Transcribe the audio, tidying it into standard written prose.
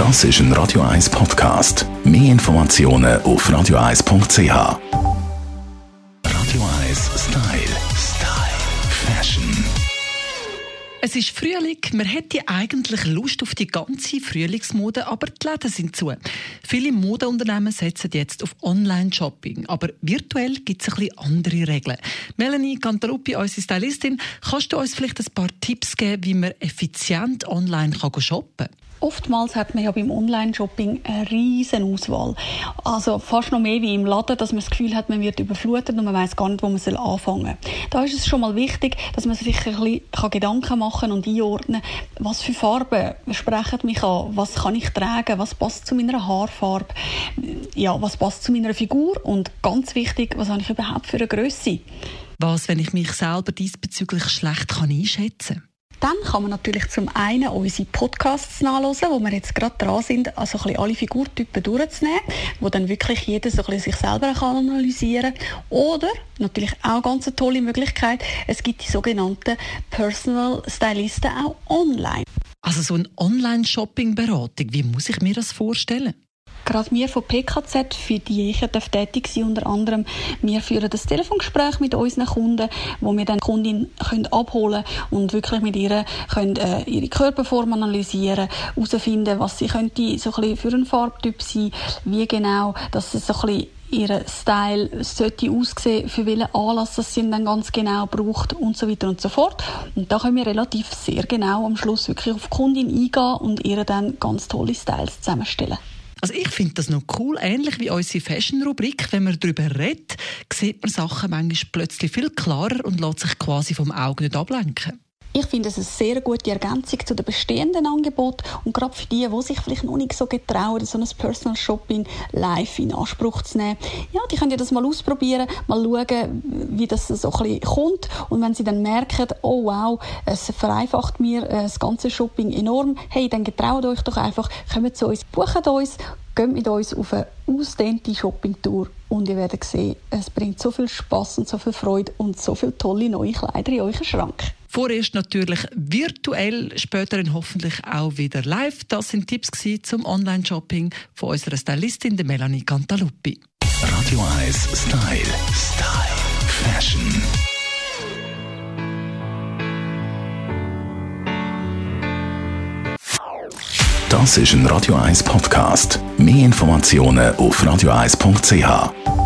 Das ist ein Radio 1 Podcast. Mehr Informationen auf radio1.ch. Radio 1 Style. Fashion. Es ist Frühling, man hätte eigentlich Lust auf die ganze Frühlingsmode, aber die Läden sind zu. Viele Modeunternehmen setzen jetzt auf Online-Shopping, aber virtuell gibt es ein bisschen andere Regeln. Melanie Cantaluppi, unsere Stylistin, kannst du uns vielleicht ein paar Tipps geben, wie man effizient online shoppen kann? Oftmals hat man ja beim Online-Shopping eine riesen Auswahl. Also fast noch mehr wie im Laden, dass man das Gefühl hat, man wird überflutet und man weiss gar nicht, wo man anfangen soll. Da ist es schon mal wichtig, dass man sich ein bisschen Gedanken machen und einordnen kann, was für Farben sprechen mich an, was kann ich tragen, was passt zu meiner Haarfarbe, ja, was passt zu meiner Figur und ganz wichtig, was habe ich überhaupt für eine Grösse. Was, wenn ich mich selber diesbezüglich schlecht einschätzen kann? Dann kann man natürlich zum einen unsere Podcasts nachhören, wo wir jetzt gerade dran sind, also ein bisschen alle Figurtypen durchzunehmen, wo dann wirklich jeder so ein bisschen sich selber analysieren kann. Oder, natürlich auch ganz eine tolle Möglichkeit, es gibt die sogenannten Personal Stylisten auch online. Also so eine Online-Shopping-Beratung, wie muss ich mir das vorstellen? Gerade wir von PKZ, für die ich tätig sein unter anderem, wir führen das Telefongespräch mit unseren Kunden, wo wir dann die Kundin abholen können und wirklich mit ihr können, ihre Körperform analysieren, herausfinden, was sie könnte so ein bisschen für einen Farbtyp sein, wie genau, dass es so ein bisschen ihr Style sollte aussehen, für welchen Anlass das sie dann ganz genau braucht und so weiter und so fort. Und da können wir relativ sehr genau am Schluss wirklich auf die Kundin eingehen und ihr dann ganz tolle Styles zusammenstellen. Also ich finde das noch cool, ähnlich wie unsere Fashion-Rubrik. Wenn man darüber redet, sieht man Sachen manchmal plötzlich viel klarer und lässt sich quasi vom Auge nicht ablenken. Ich finde es eine sehr gute Ergänzung zu den bestehenden Angeboten und gerade für die sich vielleicht noch nicht so getrauen, so ein Personal Shopping live in Anspruch zu nehmen. Ja, die können ja das mal ausprobieren, mal schauen, wie das so ein bisschen kommt und wenn sie dann merken, oh wow, es vereinfacht mir das ganze Shopping enorm, hey, dann getraut euch doch einfach, kommt zu uns, bucht uns, geht mit uns auf eine ausgedehnte Shoppingtour und ihr werdet sehen, es bringt so viel Spass und so viel Freude und so viele tolle neue Kleider in euren Schrank. Vorerst natürlich virtuell, später dann hoffentlich auch wieder live. Das sind Tipps zum Online-Shopping von unserer Stylistin, der Melanie Cantaluppi. Radio 1 Style. Fashion. Das ist ein Radio 1 Podcast. Mehr Informationen auf radio1.ch.